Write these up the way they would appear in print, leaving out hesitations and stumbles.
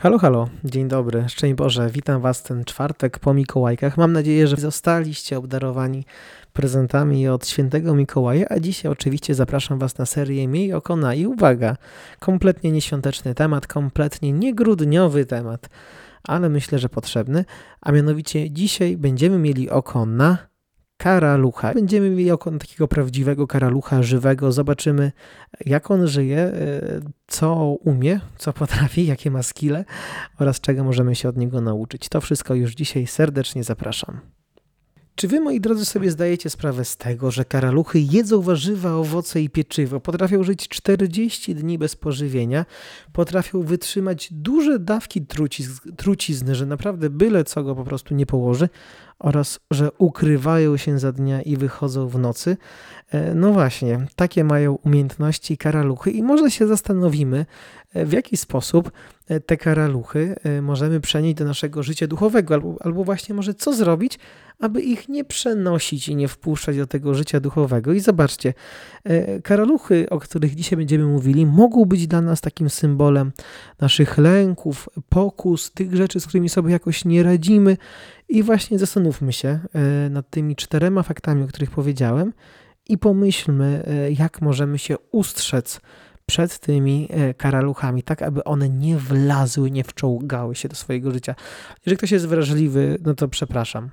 Halo, halo, dzień dobry, szczęść Boże, witam Was ten czwartek po Mikołajkach. Mam nadzieję, że zostaliście obdarowani prezentami od świętego Mikołaja, a dzisiaj oczywiście zapraszam Was na serię Miej oko na i uwaga, kompletnie nieświąteczny temat, kompletnie niegrudniowy temat, ale myślę, że potrzebny, a mianowicie dzisiaj będziemy mieli oko na karalucha. Będziemy mieli oko na takiego prawdziwego karalucha, żywego. Zobaczymy, jak on żyje, co umie, co potrafi, jakie ma skille oraz czego możemy się od niego nauczyć. To wszystko już dzisiaj serdecznie zapraszam. Czy wy, moi drodzy, sobie zdajecie sprawę z tego, że karaluchy jedzą warzywa, owoce i pieczywo, potrafią żyć 40 dni bez pożywienia, potrafią wytrzymać duże dawki trucizny, że naprawdę byle co go po prostu nie położy, oraz że ukrywają się za dnia i wychodzą w nocy? No właśnie, takie mają umiejętności karaluchy i może się zastanowimy, w jaki sposób te karaluchy możemy przenieść do naszego życia duchowego, albo właśnie może co zrobić, aby ich nie przenosić i nie wpuszczać do tego życia duchowego. I zobaczcie, karaluchy, o których dzisiaj będziemy mówili, mogą być dla nas takim symbolem naszych lęków, pokus, tych rzeczy, z którymi sobie jakoś nie radzimy. I właśnie zastanówmy się nad tymi 4 faktami, o których powiedziałem, i pomyślmy, jak możemy się ustrzec przed tymi karaluchami, tak aby one nie wlazły, nie wczołgały się do swojego życia. Jeżeli ktoś jest wrażliwy, no to przepraszam.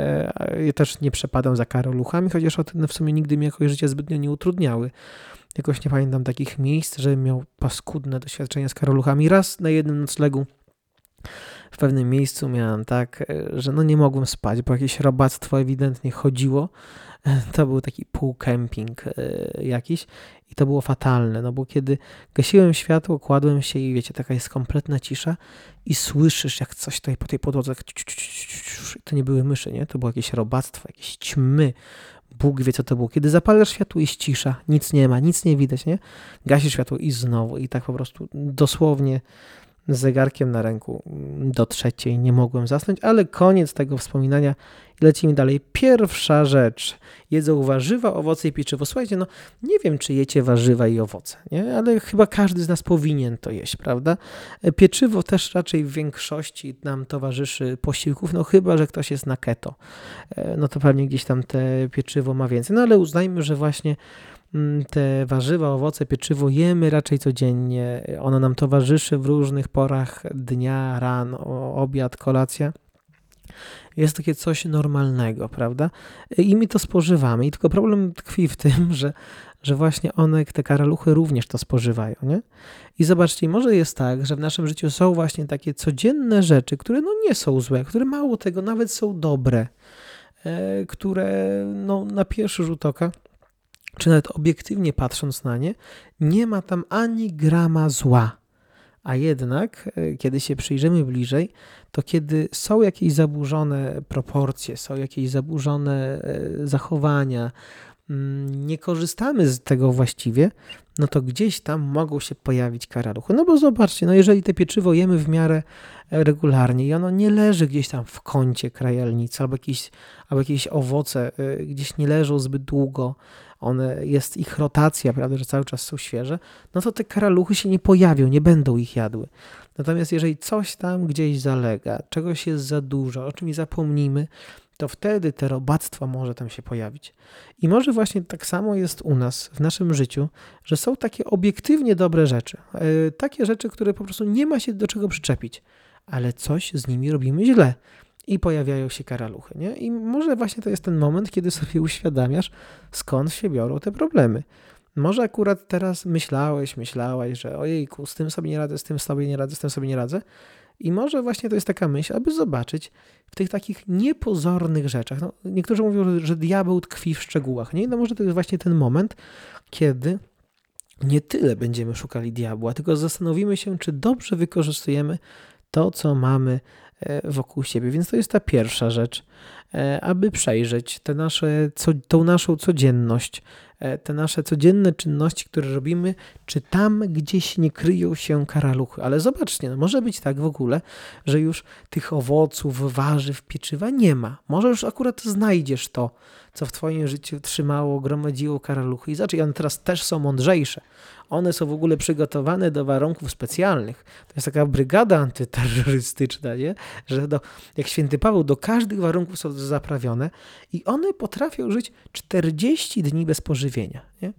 Ja też nie przepadam za karaluchami, chociaż o tym w sumie nigdy mi jakoś życie zbytnio nie utrudniały. Jakoś nie pamiętam takich miejsc, żebym miał paskudne doświadczenia z karaluchami. Raz na jednym noclegu w pewnym miejscu miałem tak, że no nie mogłem spać, bo jakieś robactwo ewidentnie chodziło. To był taki półkemping jakiś i to było fatalne, no bo kiedy gasiłem światło, kładłem się i wiecie, taka jest kompletna cisza i słyszysz, jak coś tutaj po tej podłodze, to nie były myszy, nie? To było jakieś robactwo, jakieś ćmy. Bóg wie, co to było. Kiedy zapalasz światło, jest cisza, nic nie ma, nic nie widać, nie? Gasisz światło i znowu i tak po prostu dosłownie z zegarkiem na ręku do 3 nie mogłem zasnąć, ale koniec tego wspominania i lecimy dalej. Pierwsza rzecz. Jedzą warzywa, owoce i pieczywo. Słuchajcie, no nie wiem, czy jecie warzywa i owoce, nie? Ale chyba każdy z nas powinien to jeść, prawda? Pieczywo też raczej w większości nam towarzyszy posiłków, no chyba, że ktoś jest na keto. No to pewnie gdzieś tam te pieczywo ma więcej. No ale uznajmy, że właśnie te warzywa, owoce, pieczywo jemy raczej codziennie. Ono nam towarzyszy w różnych porach dnia, rano, obiad, kolacja. Jest takie coś normalnego, prawda? I my to spożywamy. I tylko problem tkwi w tym, że właśnie one, te karaluchy również to spożywają, nie? I zobaczcie, może jest tak, że w naszym życiu są właśnie takie codzienne rzeczy, które no nie są złe, które mało tego, nawet są dobre, które no na pierwszy rzut oka, czy nawet obiektywnie patrząc na nie, nie ma tam ani grama zła. A jednak, kiedy się przyjrzymy bliżej, to kiedy są jakieś zaburzone proporcje, są jakieś zaburzone zachowania, nie korzystamy z tego właściwie, no to gdzieś tam mogą się pojawić karaluchy. No bo zobaczcie, no jeżeli te pieczywo jemy w miarę regularnie i ono nie leży gdzieś tam w kącie krajalnicy, albo jakieś owoce gdzieś nie leżą zbyt długo, jest ich rotacja, prawda, że cały czas są świeże, no to te karaluchy się nie pojawią, nie będą ich jadły. Natomiast jeżeli coś tam gdzieś zalega, czegoś jest za dużo, o czymś zapomnimy, to wtedy te robactwo może tam się pojawić. I może właśnie tak samo jest u nas, w naszym życiu, że są takie obiektywnie dobre rzeczy. Takie rzeczy, które po prostu nie ma się do czego przyczepić, ale coś z nimi robimy źle. I pojawiają się karaluchy, nie? I może właśnie to jest ten moment, kiedy sobie uświadamiasz, skąd się biorą te problemy. Może akurat teraz myślałaś, że ojejku, z tym sobie nie radzę, z tym sobie nie radzę, z tym sobie nie radzę. I może właśnie to jest taka myśl, aby zobaczyć w tych takich niepozornych rzeczach. No, niektórzy mówią, że diabeł tkwi w szczegółach, nie? No może to jest właśnie ten moment, kiedy nie tyle będziemy szukali diabła, tylko zastanowimy się, czy dobrze wykorzystujemy to, co mamy wokół siebie. Więc to jest ta pierwsza rzecz. aby przejrzeć tą naszą codzienność, te nasze codzienne czynności, które robimy, czy tam gdzieś nie kryją się karaluchy. Ale zobaczcie, no może być tak w ogóle, że już tych owoców, warzyw, pieczywa nie ma. Może już akurat znajdziesz to, co w twoim życiu trzymało, gromadziło karaluchy. I zobacz, one teraz też są mądrzejsze. One są w ogóle przygotowane do warunków specjalnych. To jest taka brygada antyterrorystyczna, nie? Że jak święty Paweł, do każdych warunków są zaprawione i one potrafią żyć 40 dni bez pożywienia. Nie?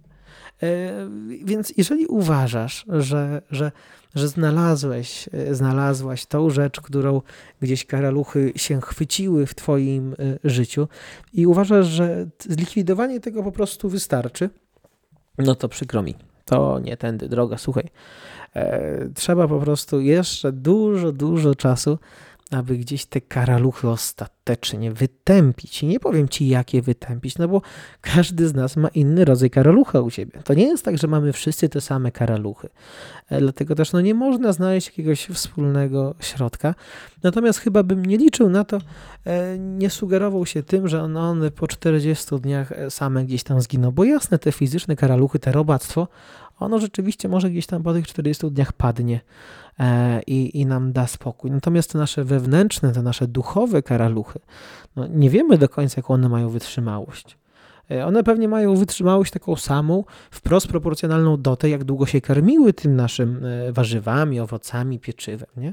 Więc jeżeli uważasz, że znalazłaś tą rzecz, którą gdzieś karaluchy się chwyciły w twoim życiu i uważasz, że zlikwidowanie tego po prostu wystarczy, no to przykro mi. To nie tędy droga, słuchaj. Trzeba po prostu jeszcze dużo czasu, aby gdzieś te karaluchy ostatecznie wytępić. I nie powiem ci, jakie wytępić, no bo każdy z nas ma inny rodzaj karalucha u siebie. To nie jest tak, że mamy wszyscy te same karaluchy. Dlatego też nie można znaleźć jakiegoś wspólnego środka. Natomiast chyba bym nie liczył na to, nie sugerował się tym, że one po 40 dniach same gdzieś tam zginą. Bo jasne, te fizyczne karaluchy, te robactwo, ono rzeczywiście może gdzieś tam po tych 40 dniach padnie i nam da spokój. Natomiast te nasze wewnętrzne, te nasze duchowe karaluchy, nie wiemy do końca, jaką one mają wytrzymałość. One pewnie mają wytrzymałość taką samą, wprost proporcjonalną do tej, jak długo się karmiły tym naszym warzywami, owocami, pieczywem. Nie?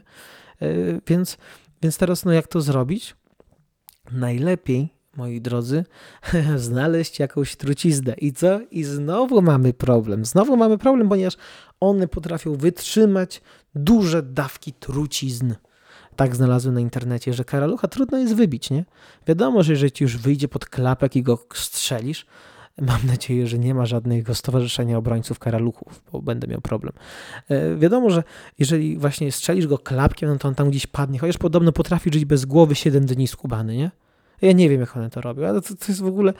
Więc teraz jak to zrobić? Najlepiej, moi drodzy, znaleźć jakąś truciznę. I co? I znowu mamy problem. Ponieważ one potrafią wytrzymać duże dawki trucizn. Tak znalazłem na internecie, że karalucha trudno jest wybić, nie? Wiadomo, że jeżeli ci już wyjdzie pod klapek i go strzelisz, mam nadzieję, że nie ma żadnego stowarzyszenia obrońców karaluchów, bo będę miał problem. Wiadomo, że jeżeli właśnie strzelisz go klapkiem, no to on tam gdzieś padnie, chociaż podobno potrafi żyć bez głowy 7 dni skubany, nie? Ja nie wiem, jak one to robią, ale to jest w ogóle...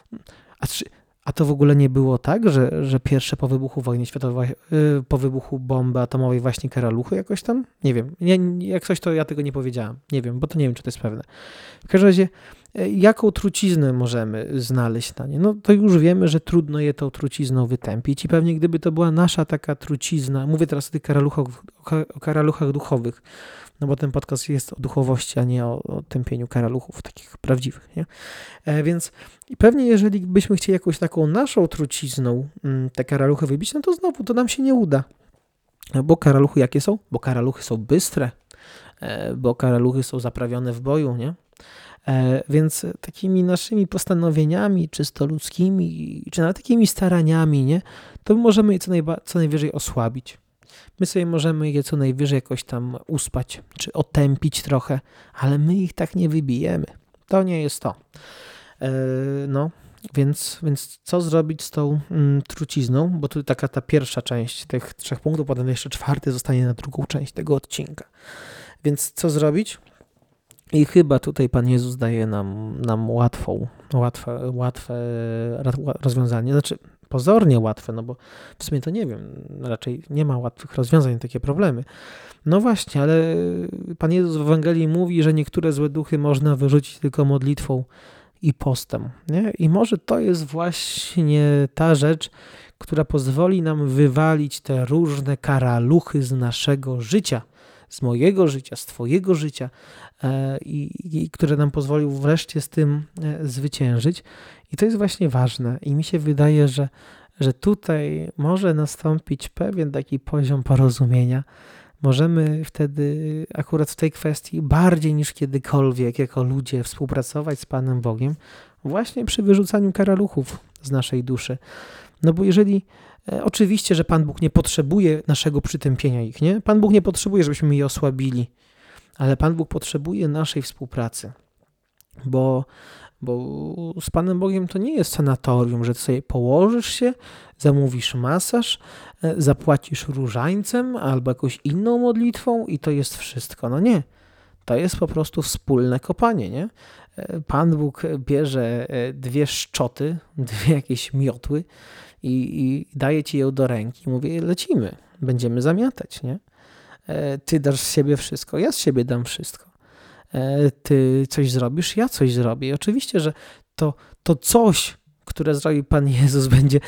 A to w ogóle nie było tak, że pierwsze po wybuchu wojny światowej, po wybuchu bomby atomowej właśnie karaluchy jakoś tam? Nie wiem. Jak coś, to ja tego nie powiedziałam. Nie wiem, bo to nie wiem, czy to jest pewne. W każdym razie, jaką truciznę możemy znaleźć na nie? No to już wiemy, że trudno je tą trucizną wytępić i pewnie gdyby to była nasza taka trucizna, mówię teraz o tych karaluchach duchowych, no bo ten podcast jest o duchowości, a nie o tępieniu karaluchów, takich prawdziwych, nie? Więc pewnie jeżeli byśmy chcieli jakąś taką naszą trucizną te karaluchy wybić, no to znowu to nam się nie uda. Bo karaluchy jakie są? Bo karaluchy są bystre, bo karaluchy są zaprawione w boju, nie? Więc takimi naszymi postanowieniami czysto ludzkimi, czy nawet takimi staraniami, nie? To możemy je co najwyżej osłabić. My sobie możemy je co najwyżej jakoś tam uspać, czy otępić trochę, ale my ich tak nie wybijemy. To nie jest to. Więc co zrobić z tą trucizną? Bo tu taka ta pierwsza część tych 3 punktów, potem jeszcze 4 zostanie na drugą część tego odcinka. Więc co zrobić? I chyba tutaj Pan Jezus daje nam łatwe rozwiązanie. Znaczy pozornie łatwe, no bo w sumie to nie wiem, raczej nie ma łatwych rozwiązań na takie problemy. No właśnie, ale Pan Jezus w Ewangelii mówi, że niektóre złe duchy można wyrzucić tylko modlitwą i postem. Nie? I może to jest właśnie ta rzecz, która pozwoli nam wywalić te różne karaluchy z naszego życia, z mojego życia, z twojego życia i które nam pozwolił wreszcie z tym zwyciężyć. I to jest właśnie ważne. I mi się wydaje, że tutaj może nastąpić pewien taki poziom porozumienia. Możemy wtedy akurat w tej kwestii bardziej niż kiedykolwiek jako ludzie współpracować z Panem Bogiem właśnie przy wyrzucaniu karaluchów z naszej duszy. No bo jeżeli oczywiście, że Pan Bóg nie potrzebuje naszego przytępienia ich, nie? Pan Bóg nie potrzebuje, żebyśmy je osłabili, ale Pan Bóg potrzebuje naszej współpracy, bo z Panem Bogiem to nie jest sanatorium, że ty sobie położysz się, zamówisz masaż, zapłacisz różańcem albo jakąś inną modlitwą i to jest wszystko. No nie, to jest po prostu wspólne kopanie, nie? Pan Bóg bierze 2 szczoty, 2 jakieś miotły i daje ci ją do ręki i mówi, lecimy, będziemy zamiatać, nie? Ty dasz z siebie wszystko, ja z siebie dam wszystko. ty coś zrobisz, ja coś zrobię. I oczywiście, że to coś, które zrobi Pan Jezus, będzie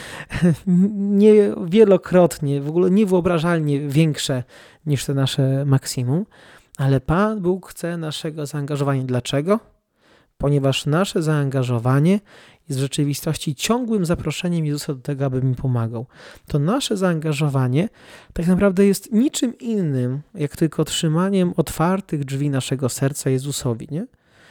wielokrotnie, w ogóle niewyobrażalnie większe niż te nasze maksimum, ale Pan Bóg chce naszego zaangażowania. Dlaczego? Ponieważ nasze zaangażowanie jest w rzeczywistości ciągłym zaproszeniem Jezusa do tego, aby mi pomagał. To nasze zaangażowanie tak naprawdę jest niczym innym, jak tylko trzymaniem otwartych drzwi naszego serca Jezusowi, nie?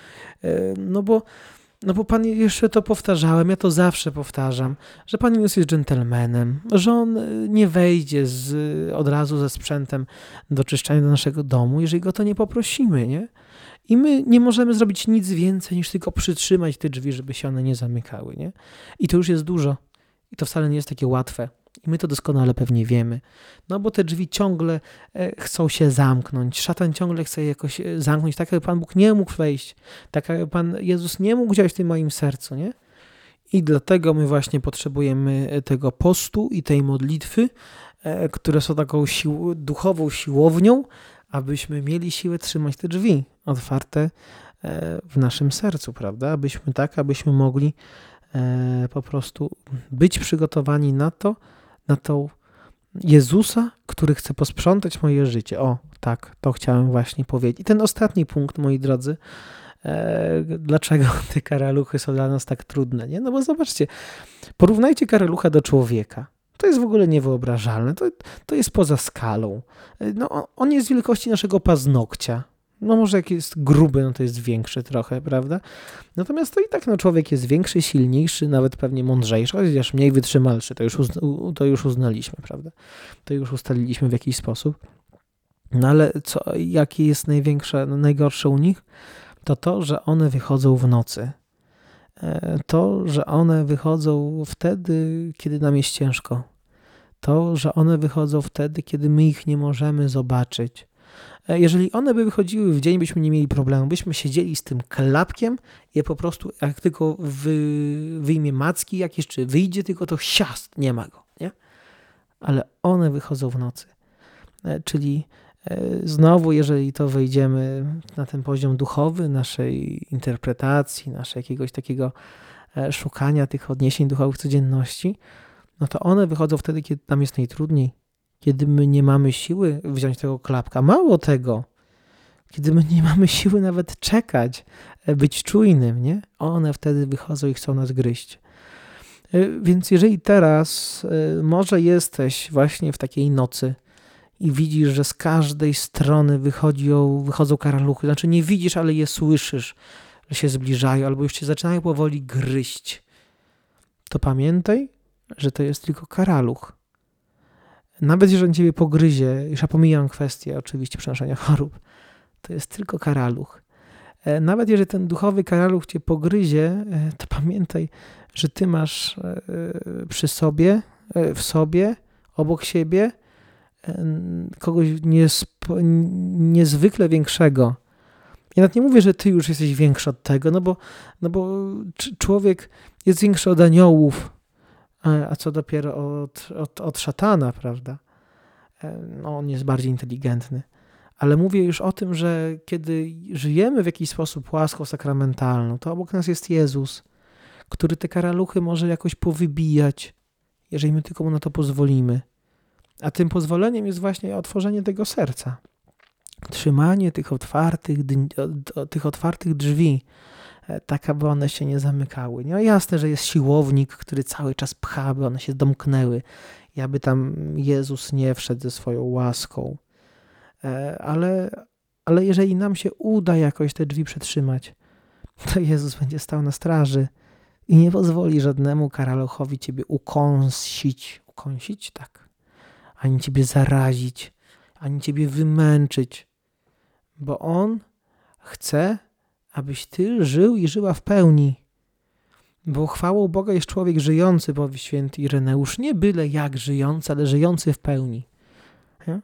No bo Pan, jeszcze to powtarzałem, ja to zawsze powtarzam, że Pan Jezus jest dżentelmenem, że On nie wejdzie od razu ze sprzętem do czyszczenia do naszego domu, jeżeli Go to nie poprosimy, nie? I my nie możemy zrobić nic więcej, niż tylko przytrzymać te drzwi, żeby się one nie zamykały, nie? I to już jest dużo. I to wcale nie jest takie łatwe. I my to doskonale pewnie wiemy. No bo te drzwi ciągle chcą się zamknąć. Szatan ciągle chce je jakoś zamknąć, tak aby Pan Bóg nie mógł wejść. Tak aby Pan Jezus nie mógł działać w tym moim sercu, nie? I dlatego my właśnie potrzebujemy tego postu i tej modlitwy, które są taką duchową siłownią, abyśmy mieli siłę trzymać te drzwi otwarte w naszym sercu, prawda? Abyśmy mogli po prostu być przygotowani na tą Jezusa, który chce posprzątać moje życie. O, tak, to chciałem właśnie powiedzieć. I ten ostatni punkt, moi drodzy, dlaczego te karaluchy są dla nas tak trudne, nie? No bo zobaczcie, porównajcie karalucha do człowieka. To jest w ogóle niewyobrażalne, to jest poza skalą. No, on jest wielkości naszego paznokcia. No może jak jest gruby, no to jest większy trochę, prawda? Natomiast to i tak człowiek jest większy, silniejszy, nawet pewnie mądrzejszy, chociaż mniej wytrzymalszy, to już uznaliśmy, prawda? To już ustaliliśmy w jakiś sposób. No ale jakie jest najgorsze u nich? To, że one wychodzą w nocy. To, że one wychodzą wtedy, kiedy nam jest ciężko. To, że one wychodzą wtedy, kiedy my ich nie możemy zobaczyć. Jeżeli one by wychodziły w dzień, byśmy nie mieli problemu. Byśmy siedzieli z tym klapkiem i po prostu jak tylko wyjmie macki jakieś, czy wyjdzie, tylko to siast, nie ma go, nie? Ale one wychodzą w nocy. Czyli znowu, jeżeli to wejdziemy na ten poziom duchowy naszej interpretacji, naszego jakiegoś takiego szukania tych odniesień duchowych codzienności, no to one wychodzą wtedy, kiedy nam jest najtrudniej, kiedy my nie mamy siły wziąć tego klapka. Mało tego, kiedy my nie mamy siły nawet czekać, być czujnym, nie? One wtedy wychodzą i chcą nas gryźć. Więc jeżeli teraz może jesteś właśnie w takiej nocy i widzisz, że z każdej strony wychodzą karaluchy, znaczy nie widzisz, ale je słyszysz, że się zbliżają albo już cię zaczynają powoli gryźć, to pamiętaj, że to jest tylko karaluch. Nawet jeżeli on ciebie pogryzie, już ja pomijam kwestię oczywiście przenoszenia chorób, to jest tylko karaluch. Nawet jeżeli ten duchowy karaluch cię pogryzie, to pamiętaj, że ty masz przy sobie, w sobie, obok siebie kogoś niezwykle większego. Ja nawet nie mówię, że ty już jesteś większy od tego, no bo człowiek jest większy od aniołów, a co dopiero od szatana, prawda? No, on jest bardziej inteligentny. Ale mówię już o tym, że kiedy żyjemy w jakiś sposób łaską sakramentalną, to obok nas jest Jezus, który te karaluchy może jakoś powybijać, jeżeli my tylko mu na to pozwolimy. A tym pozwoleniem jest właśnie otworzenie tego serca. Trzymanie tych otwartych drzwi, tak aby one się nie zamykały. No jasne, że jest siłownik, który cały czas pcha, aby one się domknęły i aby tam Jezus nie wszedł ze swoją łaską. Ale jeżeli nam się uda jakoś te drzwi przetrzymać, to Jezus będzie stał na straży i nie pozwoli żadnemu karaluchowi ciebie ukąsić, tak, ani ciebie zarazić, ani ciebie wymęczyć, bo On chce, abyś ty żył i żyła w pełni. Bo chwałą Boga jest człowiek żyjący, powie święty Ireneusz, nie byle jak żyjący, ale żyjący w pełni. Nie?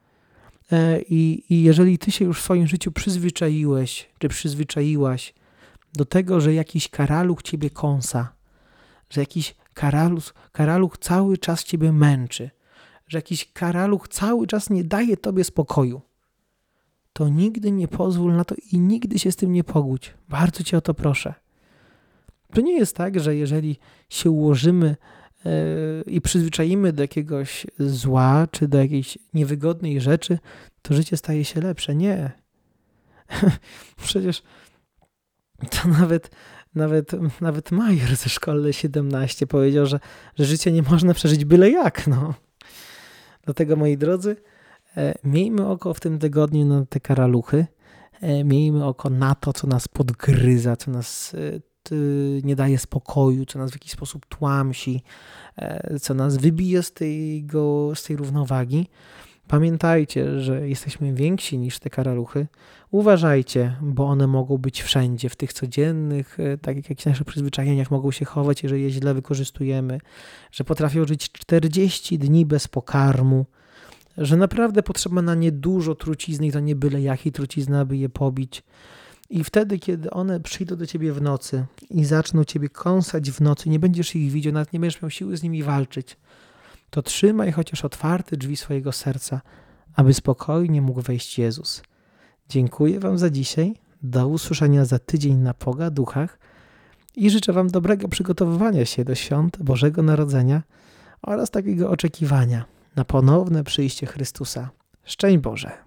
I jeżeli ty się już w swoim życiu przyzwyczaiłeś, czy przyzwyczaiłaś do tego, że jakiś karaluch ciebie kąsa, że jakiś karaluch cały czas ciebie męczy, że jakiś karaluch cały czas nie daje tobie spokoju, to nigdy nie pozwól na to i nigdy się z tym nie pogódź. Bardzo cię o to proszę. To nie jest tak, że jeżeli się ułożymy i przyzwyczaimy do jakiegoś zła, czy do jakiejś niewygodnej rzeczy, to życie staje się lepsze. Nie. Przecież to nawet Majer ze Szkoły 17 powiedział, że życie nie można przeżyć byle jak. No. Dlatego, moi drodzy, miejmy oko w tym tygodniu na te karaluchy, miejmy oko na to, co nas podgryza, co nas nie daje spokoju, co nas w jakiś sposób tłamsi, co nas wybije z tej równowagi. Pamiętajcie, że jesteśmy więksi niż te karaluchy. Uważajcie, bo one mogą być wszędzie, w tych codziennych, tak jak w jakichś naszych przyzwyczajeniach mogą się chować, jeżeli je źle wykorzystujemy, że potrafią żyć 40 dni bez pokarmu, że naprawdę potrzeba na nie dużo trucizny i to nie byle jakiej trucizny, aby je pobić. I wtedy, kiedy one przyjdą do ciebie w nocy i zaczną ciebie kąsać w nocy, nie będziesz ich widział, nawet nie będziesz miał siły z nimi walczyć, to trzymaj chociaż otwarte drzwi swojego serca, aby spokojnie mógł wejść Jezus. Dziękuję wam za dzisiaj, do usłyszenia za tydzień na Pogaduchach i życzę wam dobrego przygotowywania się do świąt Bożego Narodzenia oraz takiego oczekiwania na ponowne przyjście Chrystusa. Szczęść Boże!